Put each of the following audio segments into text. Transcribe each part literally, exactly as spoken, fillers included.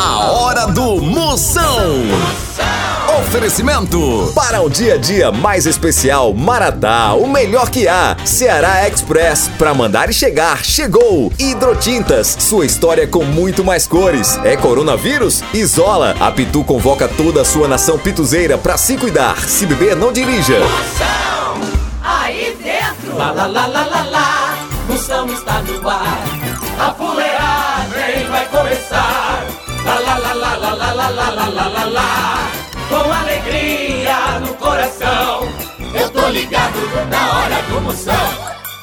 A hora do Moção. Oferecimento. Para um dia a dia mais especial, Maratá, o melhor que há. Ceará Express, pra mandar e chegar, chegou. Hidrotintas, sua história com muito mais cores. É coronavírus? Isola. A Pitu convoca toda a sua nação pituzeira pra se cuidar. Se beber, não dirija. Moção, aí dentro. Lá, lá, lá, lá, lá, lá. Moção está no ar. A fuleagem vai começar. Lá, lá, lá, lá, lá, lá, lá, lá, lá, lá, lá, lá. Com alegria no coração, eu tô ligado na hora do Moção.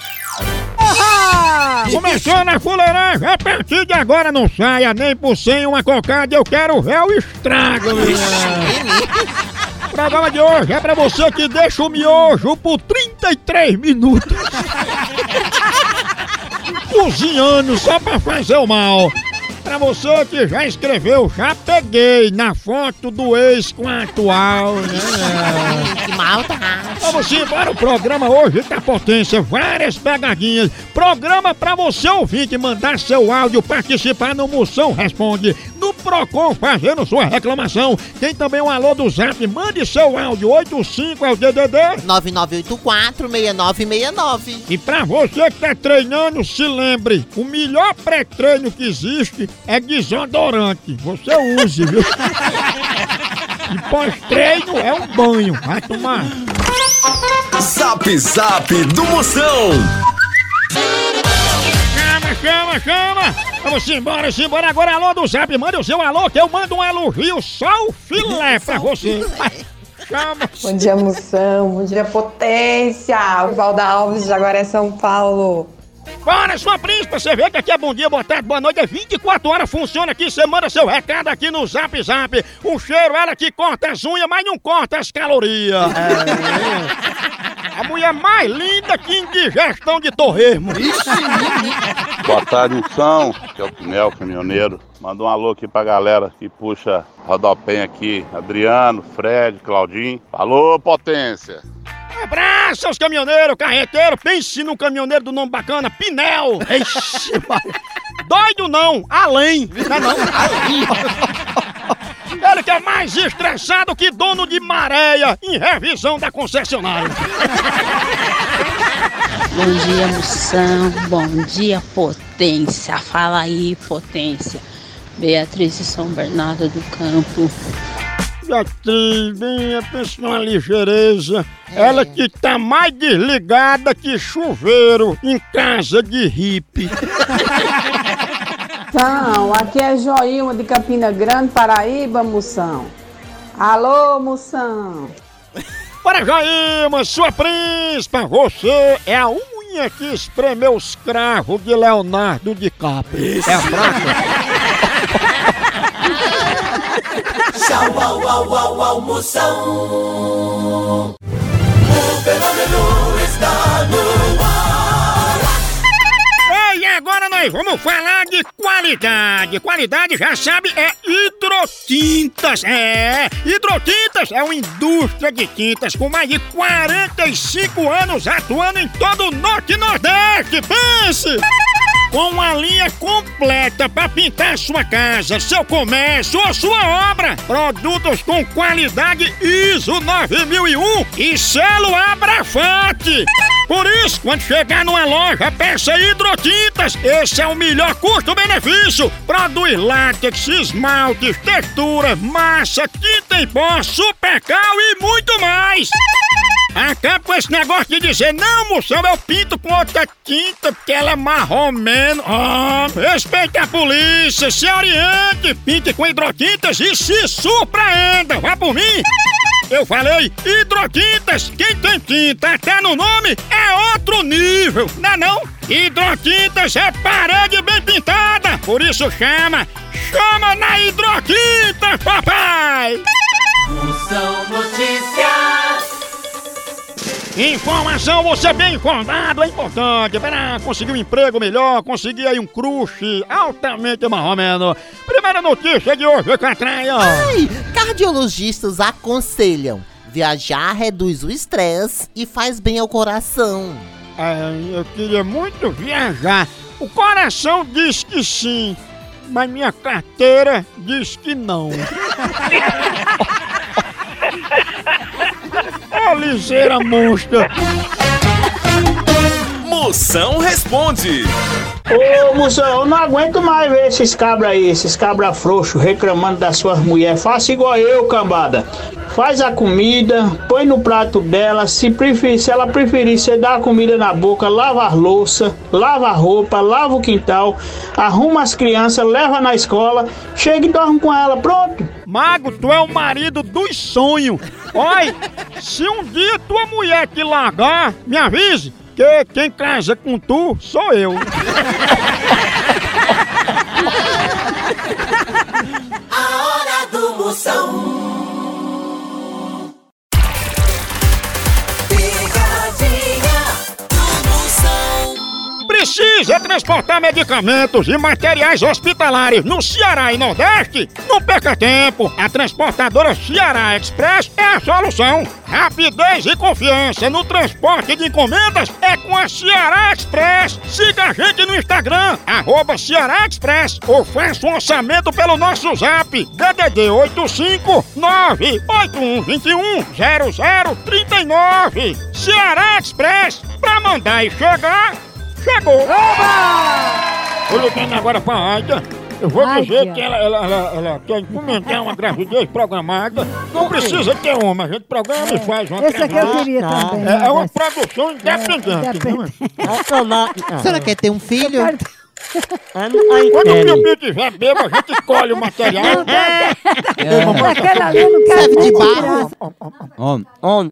Começando a fuleiragem, a partir de agora não saia nem por cem uma cocada, eu quero ver o estrago. O programa de hoje é pra você que deixa o miojo por trinta e três minutos cozinhando só pra fazer o mal. Pra você que já escreveu, já peguei na foto do ex com a atual, né? Que malta! Vamos sim, para o programa hoje da potência, várias pegadinhas. Programa pra você ouvir, mandar seu áudio, participar no Moção Responde, no Procon fazendo sua reclamação. Tem também um alô do Zap, mande seu áudio, oito cinco é o D D D nove nove oito quatro, seis nove seis nove. E pra você que tá treinando, se lembre, o melhor pré-treino que existe é desodorante. Você use, viu? E pós-treino é um banho. Vai tomar. Zap Zap do Moção. Chama, chama, chama. Vamos embora, embora. Agora alô do Zap. Manda o seu alô que eu mando um elogio só o filé pra você. Chama. Bom dia, Moção. Bom dia, potência. O Valda Alves de Agora é São Paulo. Bora, sua príncipa, você vê que aqui é bom dia, boa tarde, boa noite, é vinte e quatro horas, funciona aqui, você manda seu recado aqui no Zap Zap. Um cheiro, ela que corta as unhas, mas não corta as calorias. É. A mulher mais linda que indigestão de torresmo. Boa tarde, Moção, que é o Pinel, caminhoneiro. Manda um alô aqui pra galera que puxa rodopém aqui, Adriano, Fred, Claudinho. Alô, potência! Abraço aos caminhoneiros, carreteiro, pense num caminhoneiro do nome bacana, Pinel. Ixi, doido não, além. Não é não? Ele que é mais estressado que dono de maréia em revisão da concessionária. Bom dia, Moção. Bom dia, potência. Fala aí, potência. Beatriz de São Bernardo do Campo. Beatriz, bem, pensa numa ligeireza. É. Ela que tá mais desligada que chuveiro em casa de hippie. Então, aqui é Joilma de Campina Grande, Paraíba, Moção. Alô, Moção. Para Joilma, sua príncipa, você é a unha que espremeu os cravos de Leonardo DiCaprio. Isso. É a fraca. Tchau, au, au, au, au, Moção. O fenômeno está no ar. Ei, agora nós vamos falar de qualidade. Qualidade, já sabe, é Hidrotintas. É, Hidrotintas é uma indústria de tintas com mais de quarenta e cinco anos atuando em todo o Norte e Nordeste. Pense! Com uma linha completa para pintar sua casa, seu comércio ou sua obra. Produtos com qualidade I S O nove mil e um e selo Abrafate. Por isso, quando chegar numa loja, peça Hidrotintas. Esse é o melhor custo-benefício. Produz látex, esmaltes, textura, massa, tinta em pó, supercal e muito mais. Acaba com esse negócio de dizer, não, Moção, eu pinto com outra tinta porque ela é marromeno. Ah, respeita a polícia, se oriente, pinte com Hidrotintas e se surpreenda. Vá por mim. Eu falei Hidrotintas, quem tem tinta até no nome é outro nível, não é não? Hidrotintas é parede bem pintada, por isso chama, chama na Hidrotintas, papai! Moção Notícias. Informação, você bem informado é importante para conseguir um emprego melhor, conseguir aí um crush altamente marromeno. Primeira notícia de hoje, Catraia. Ai, cardiologistas aconselham: viajar reduz o estresse e faz bem ao coração. É, eu queria muito viajar. O coração diz que sim, mas minha carteira diz que não. Ô, ligeira monstra. Moção responde. Ô, Moção, eu não aguento mais ver esses cabras aí, esses cabras frouxos reclamando das suas mulheres. Faça igual eu, cambada. Faz a comida, põe no prato dela, se, preferir, se ela preferir, você dá a comida na boca, lava a louça, lava a roupa, lava o quintal, arruma as crianças, leva na escola, chega e dorme com ela, pronto. Mago, tu é o marido dos sonhos. Olha, se um dia tua mulher te largar, me avise, que quem casa com tu sou eu. A hora do Moção. Precisa transportar medicamentos e materiais hospitalares no Ceará e Nordeste? Não perca tempo! A transportadora Ceará Express é a solução! Rapidez e confiança no transporte de encomendas é com a Ceará Express! Siga a gente no Instagram, arroba Ceará Express, ou faça um orçamento pelo nosso zap D D D oito cinco nove oito um dois um zero zero três nove. Ceará Express, pra mandar e chegar, chegou! Oba! Eu ligando agora pra Aida. Eu vou Ai, dizer que, que ela, ela, ela, ela quer encomendar uma gravidez programada. Não precisa ter uma, a gente programa e faz uma. Esse aqui eu queria também. É, é uma produção independente. É, a senhora quer ter um filho? Quando o Piu-Piu tiver bebo, a gente colhe o material. Aquela ali não quer serve de barro. On, on.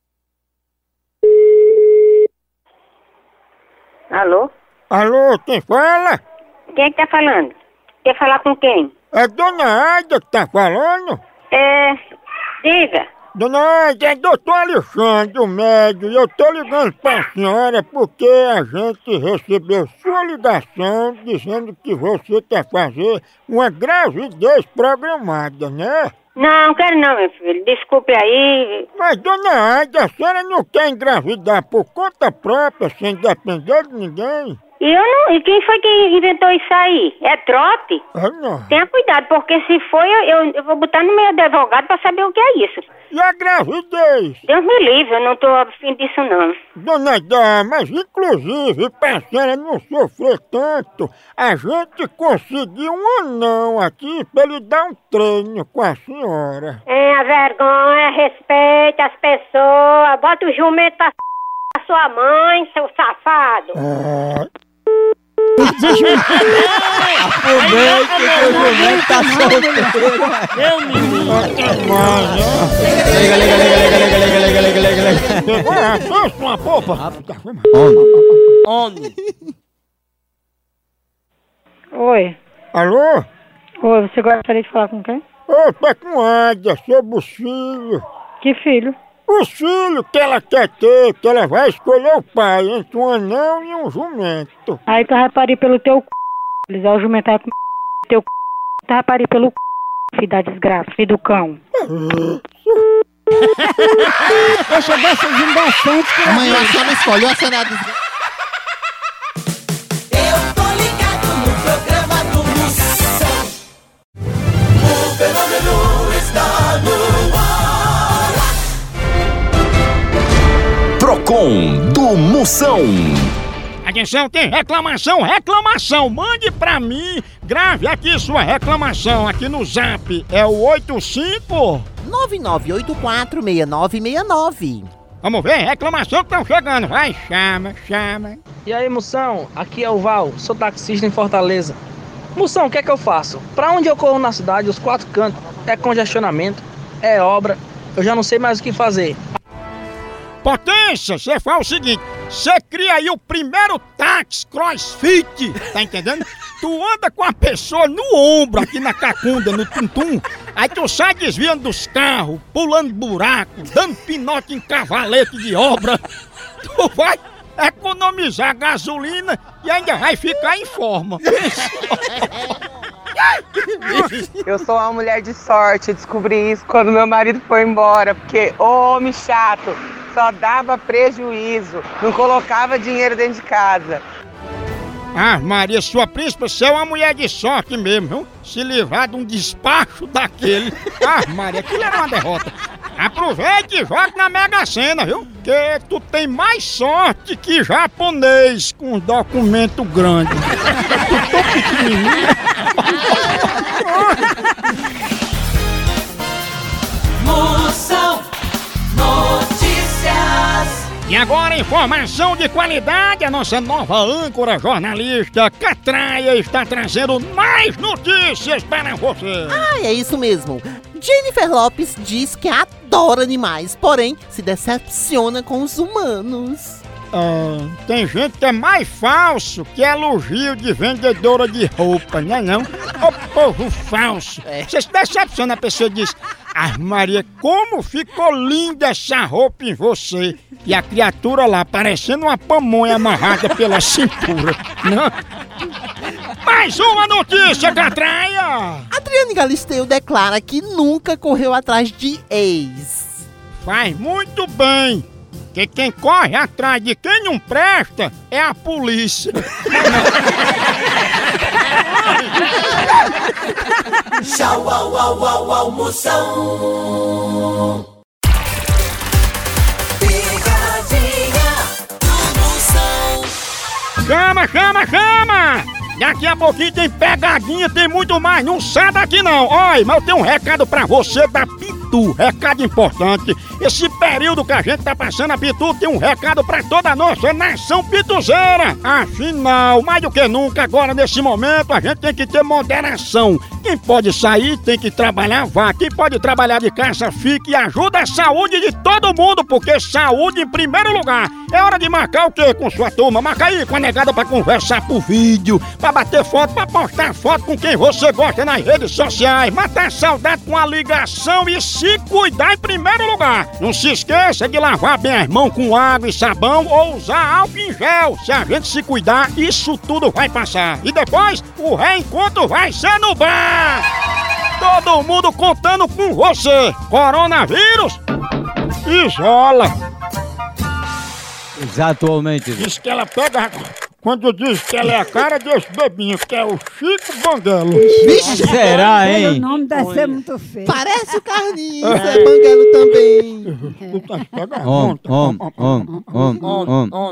Alô? Alô, quem fala? Quem é que tá falando? Quer falar com quem? É Dona Aida que tá falando? É... Diga. Dona Aida, é doutor Alexandre, o médico, e eu tô ligando pra senhora porque a gente recebeu sua ligação dizendo que você quer fazer uma gravidez programada, né? Não, quero não, meu filho. Desculpe aí. Mas, Dona Aida, a senhora não quer engravidar por conta própria, sem depender de ninguém? E eu não. E quem foi que inventou isso aí? É trote? Ah, não. Tenha cuidado, porque se foi, eu, eu, eu vou botar no meu advogado pra saber o que é isso. E a gravidez? Deus me livre, eu não tô afim disso não. Dona Aida, mas inclusive, pra senhora não sofrer tanto, a gente conseguiu um anão aqui pra ele dar um treino com a senhora. É, a vergonha, respeita as pessoas, bota o jumento pra a sua mãe, seu safado. Ah. Aproveita que o jumento tá solteiro. Meu menino. Liga, liga, liga, liga, liga, liga, liga, liga, liga, liga. Pegou a dança uma popa. On. On. Oi. Alô? Oi, você gostaria de falar com quem? Ô, tá com Águia, sobre o filho. Que filho? O filho que ela quer ter, que ela vai escolher o pai entre um anão e um jumento. Aí tu vai parir pelo teu c... Eles vão jumentar com teu c... Tu vai parir pelo c... Filho da desgraça, filho do cão. Deixa dessas indecentes que... Mãe, a senhora escolheu a senhora desgraça. Eu tô ligado no programa do Moção. O fenômeno está no ar. Procon do Moção. Atenção, tem reclamação, reclamação, mande pra mim, grave aqui sua reclamação aqui no zap, é o oito cinco nove nove oito quatro seis nove seis nove. Vamos ver, reclamação que estão chegando, vai, chama, chama. E aí, Moção, aqui é o Val, sou taxista em Fortaleza. Moção, o que é que eu faço? Pra onde eu corro na cidade, os quatro cantos, é congestionamento, é obra, eu já não sei mais o que fazer. Potência, você faz o seguinte, você cria aí o primeiro táxi crossfit, tá entendendo? Tu anda com a pessoa no ombro, aqui na cacunda, no tum-tum, aí tu sai desviando dos carros, pulando buraco, dando pinote em cavalete de obra, tu vai economizar gasolina e ainda vai ficar em forma. Eu sou uma mulher de sorte, descobri isso quando meu marido foi embora, porque homem chato, só dava prejuízo, não colocava dinheiro dentro de casa. Ah, Maria, sua príncipe, você é uma mulher de sorte mesmo, viu? se livrar de um despacho daquele. Ah, Maria, aquilo era uma derrota. Aproveite e jogue na Mega Sena, viu? Que tu tem mais sorte que japonês com um documento grande. Tu tão pequenininho. Moção Notícias. E agora, informação de qualidade. A nossa nova âncora jornalista Catraia está trazendo mais notícias para você. Ah, é isso mesmo. Jennifer Lopes diz que adora animais, porém se decepciona com os humanos. Ah, tem gente que é mais falso que elogio de vendedora de roupa, né não? O povo falso. É. Você se decepciona, a pessoa diz: ah, Maria, como ficou linda essa roupa em você. E a criatura lá parecendo uma pamonha amarrada pela cintura. Não? Mais uma notícia, Catraia! Adriane Galisteu declara que nunca correu atrás de ex. Faz muito bem. Que quem corre atrás de quem não presta é a polícia. Tchau, au, au, au, almoção. Pegadinha do Moção. Chama, chama, chama! Daqui a pouquinho tem pegadinha, tem muito mais. Não sai daqui não. Olha, mas eu tenho um recado pra você da Pitu. Recado importante. Esse período que a gente tá passando, a Pitu tem um recado pra toda a nossa nação pituzeira. Afinal, mais do que nunca, agora nesse momento, a gente tem que ter moderação. Quem pode sair tem que trabalhar, vá. Quem pode trabalhar de casa, fique e ajuda a saúde de todo mundo, porque saúde em primeiro lugar. É hora de marcar o quê com sua turma? Marca aí com a negada pra conversar por vídeo, pra bater foto, pra postar foto com quem você gosta nas redes sociais, matar saudade com a ligação e se cuidar em primeiro lugar. Não se esqueça de lavar bem as mãos com água e sabão ou usar álcool em gel. Se a gente se cuidar, isso tudo vai passar. E depois, o reencontro vai ser no bar. Todo mundo contando com você. Coronavírus, isola. Exatamente. Diz que ela pega... Quando diz que ela é a cara desse bebinho, que é o Chico Banguelo. Vixe, será, hein? O nome deve ser muito feio. Parece o Carlinhos, é, é Banguelo também. Om, om, om, om, om.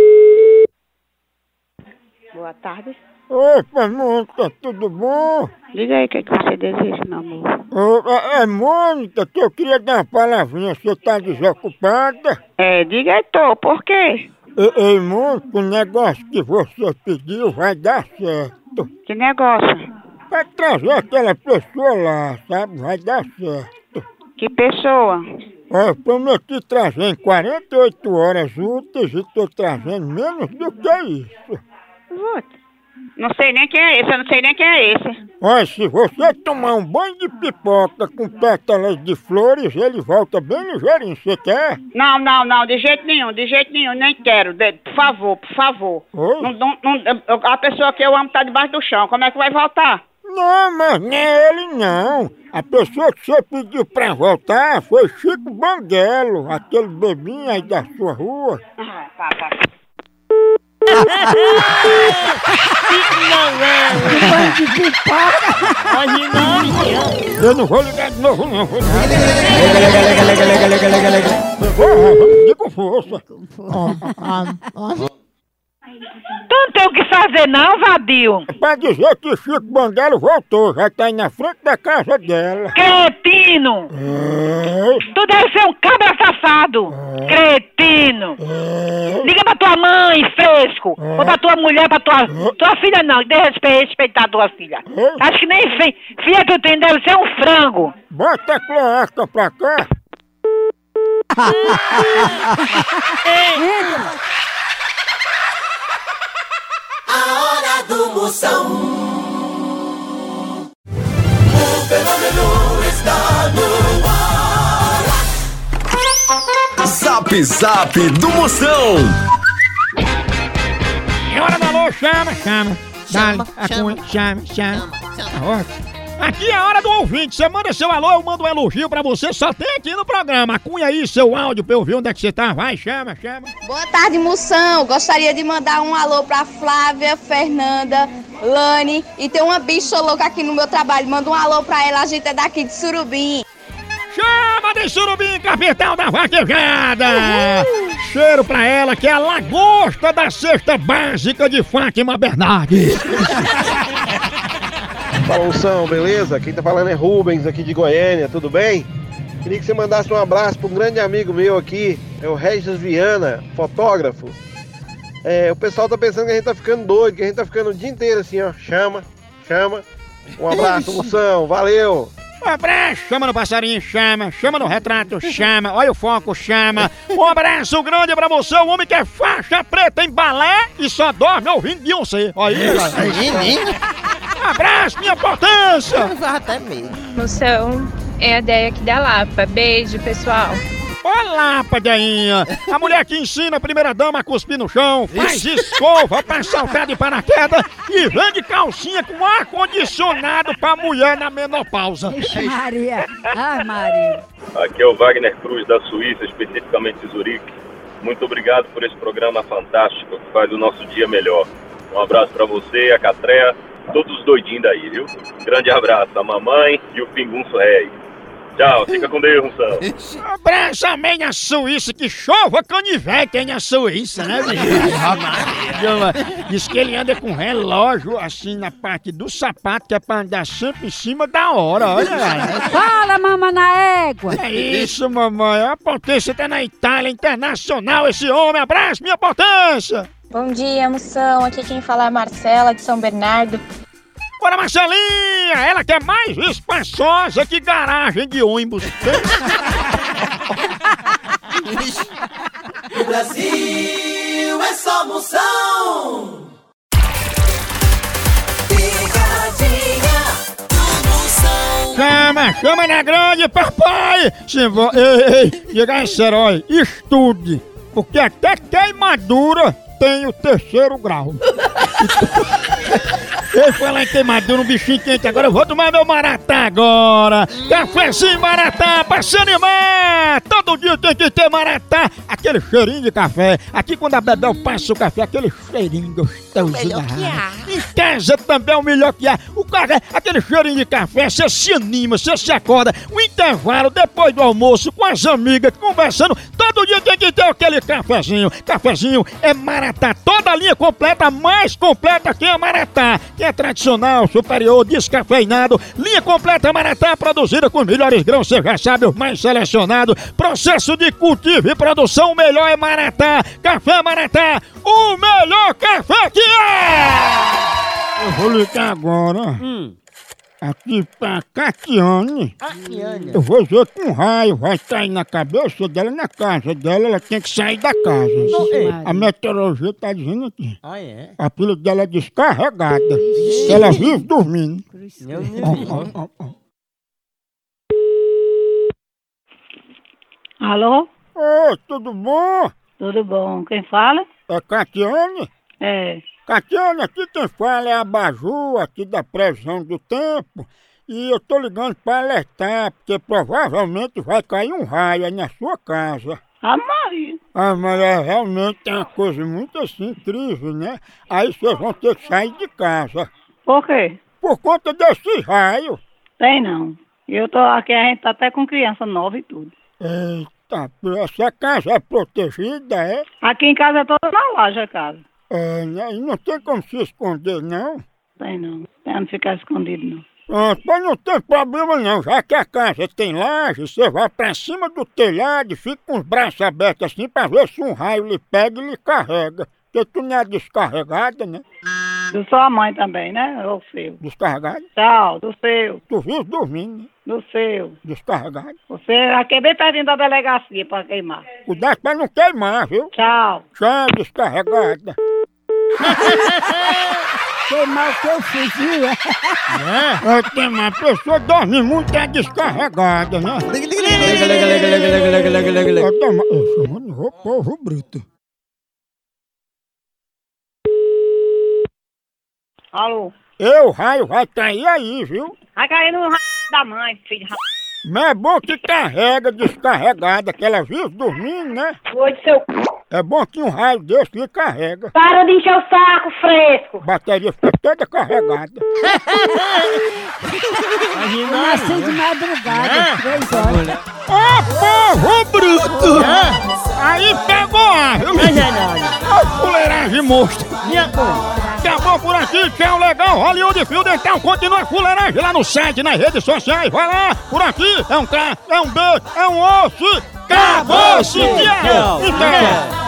Boa tarde. Opa, Mônica, tudo bom? Diga aí o que, é que você deseja, meu amor. Oh, é, é Mônica, que eu queria dar uma palavrinha. Você tá desocupada? É, diga aí, tô. Por quê? Ei, ei, Mônica, o negócio que você pediu vai dar certo. Que negócio? Vai trazer aquela pessoa lá, sabe? Vai dar certo. Que pessoa? Ó, eu prometi trazer em quarenta e oito horas úteis e tô trazendo menos do que isso. Puta. Não sei nem quem é esse, eu não sei nem quem é esse. Olha, se você tomar um banho de pipoca com pétalas de flores, ele volta bem ligeirinho. Você quer? Não, não, não, de jeito nenhum, de jeito nenhum, nem quero. De, por favor, por favor. Não, não, não, a pessoa que eu amo tá debaixo do chão, como é que vai voltar? Não, mas nem é ele não. A pessoa que você pediu pra voltar foi Chico Banguelo, aquele bebinho aí da sua rua. Ah, tá, tá. Não é! Banho de pipoca! Aí não, eu não vou ligar de novo, não. Vou ligar, liga, liga, liga, liga, liga, liga. Liga com força. Tu não tem o que fazer não, vadio? É pra dizer que Chico Banguelo voltou, já tá aí na frente da casa dela. Cretino! É. Tu deve ser um cabra safado! É. Cretino! É. Liga pra tua mãe, fresco! É. Ou pra tua mulher, pra tua... É. Tua filha não, dê respeito, respeitar a tua filha. É. Acho que nem fi... filha tu tem, deve ser um frango! Bota a cloaca pra cá! A hora do Moção. O fenômeno está no ar. Zap Zap do Moção. É hora da alô, chama, chama. Chama, Dale, chama. Acunha, chama, chama. Chama, Tá ótimo. Aqui é a hora do ouvinte. Você manda seu alô, eu mando um elogio pra você. Só tem aqui no programa. Acunha aí seu áudio pra eu ver onde é que você tá. Vai, chama, chama. Boa tarde, Moção. Gostaria de mandar um alô pra Flávia Fernanda Lani, e tem uma bicha louca aqui no meu trabalho. Manda um alô pra ela, a gente é daqui de Surubim. Chama de Surubim, capital da vaquejada! Uhul. Cheiro pra ela que é a lagosta da cesta básica de Fátima Bernardes. Fala, Moção, beleza? Quem tá falando é Rubens, aqui de Goiânia, tudo bem? Queria que você mandasse um abraço para um grande amigo meu aqui, é o Regis Viana, fotógrafo. É, o pessoal tá pensando que a gente tá ficando doido, que a gente tá ficando o dia inteiro assim, ó. Chama, chama. Um abraço, Moção, valeu! Um abraço, chama no passarinho, chama, chama no retrato, chama, olha o foco, chama. Um abraço grande pra você, o homem que é faixa preta em balé e só dorme ouvindo Beyoncé. Olha aí, um abraço, minha potência! Até mesmo. Moção, é a Deia aqui da Lapa. Beijo, pessoal. Olá, Padainha! A mulher que ensina a primeira dama a cuspir no chão, faz escova pra saltar de paraquedas e vende calcinha com ar-condicionado pra mulher na menopausa. Ixi, Maria! Ai, Maria! Aqui é o Wagner Cruz, da Suíça, especificamente de Zurique. Muito obrigado por esse programa fantástico que faz o nosso dia melhor. Um abraço pra você, a Catreia, todos os doidinhos daí, viu? Um grande abraço, a mamãe e o Pingunço Rei. Tchau, fica com Deus, Moção. Abraço também na Suíça, que chova canivete aí na Suíça, né, bicho? Diz que ele anda com relógio assim na parte do sapato, que é pra andar sempre em cima da hora, olha. Fala, mama na égua. É isso, mamãe, a potência tá na Itália, internacional esse homem. Abraço, minha potência. Bom dia, Moção. Aqui quem fala é a Marcela, de São Bernardo. Bora, Marcelinha! Ela que é mais espaçosa que garagem de ônibus. O Brasil é só Moção. Picadinha do Moção. Chama, chama na grande, papai! Se vo... Ei, ei, diga esse herói, estude, porque até queimadura tem o terceiro grau. Eu falar em queimadura, um bichinho quente agora, eu vou tomar meu Maratá agora. Cafézinho Maratá, pra se animar. Todo dia tem que ter Maratá. Aquele cheirinho de café. Aqui quando a Bebel passa o café, aquele cheirinho gostoso. O melhor que há. Em casa também é o melhor que há. O café, aquele cheirinho de café, você se anima, você se acorda. O intervalo, depois do almoço, com as amigas, conversando. Todo dia tem que ter aquele cafezinho. Cafezinho é Maratá. Toda a linha completa, mais completa que a Maratá. Que é tradicional, superior, descafeinado. Linha completa Maratá, produzida com os melhores grãos, você já sabe, os mais selecionados. Processo de cultivo e produção, o melhor é Maratá. Café Maratá, o melhor café que é! Eu vou ligar agora. Hum. Aqui pra Catiane. Catiane. Eu vou ver que um raio vai cair na cabeça dela, na casa dela, ela tem que sair da casa. Ixi, a meteorologia tá dizendo aqui. Ah, é? A pilha dela é descarregada. Ixi. Ela vive dormindo. Meu Deus. Oh, oh, oh, oh. Alô? Oi, tudo bom? Tudo bom. Quem fala? É Catiane? É. Catiane, aqui quem fala é a Baju, aqui da previsão do tempo. E eu tô ligando pra alertar, porque provavelmente vai cair um raio aí na sua casa. Ah, Maria. Ah, mas é, realmente é uma coisa muito assim, incrível, né? Aí vocês vão ter que sair de casa. Por quê? Por conta desse raio. Tem não. Eu tô aqui, a gente tá até com criança nova e tudo. Eita, essa casa é protegida, é? Aqui em casa é toda na loja a casa. É, né? E não tem como se esconder, não? Tem não. Tem não ficar escondido, não. Pronto, mas não tem problema não. Já que a casa tem laje, você vai pra cima do telhado e fica com os braços abertos assim pra ver se um raio lhe pega e lhe carrega. Porque tu não é descarregada, né? Do sua mãe também, né? Ou seu? Descarregada? Tchau, do seu. Tu vive dormindo, né? Do seu. Descarregado. Você aqui é bem pertinho da delegacia pra queimar. Cuidado pra não queimar, viu? Tchau. Tchau, descarregada. Queimar o que eu fiz, viu? É? É queimar. A pessoa dorme muito, é descarregada, né? Liga, liga, liga, liga, liga, liga, liga, liga, liga. Eu chamando o povo bruto. Alô? Eu, raio, vai cair aí, viu? Vai cair no r... da mãe, filho. Mas é bom que carrega descarregada, que ela vive dormindo, né? Oi, seu c... É bom que um raio desse que carrega. Para de encher o saco, fresco. A bateria fica toda carregada. Eu nasci de madrugada, três horas. Ô, povo bruto! É. Aí pegou a, viu? Ó, fuleiragem monstro. Acabou por aqui, tchau, legal, Hollywood Fio Dental, continua a fuleiragem lá no site, nas redes sociais, vai lá, por aqui, é um K, é um B, é um osso, acabou-se, tchau!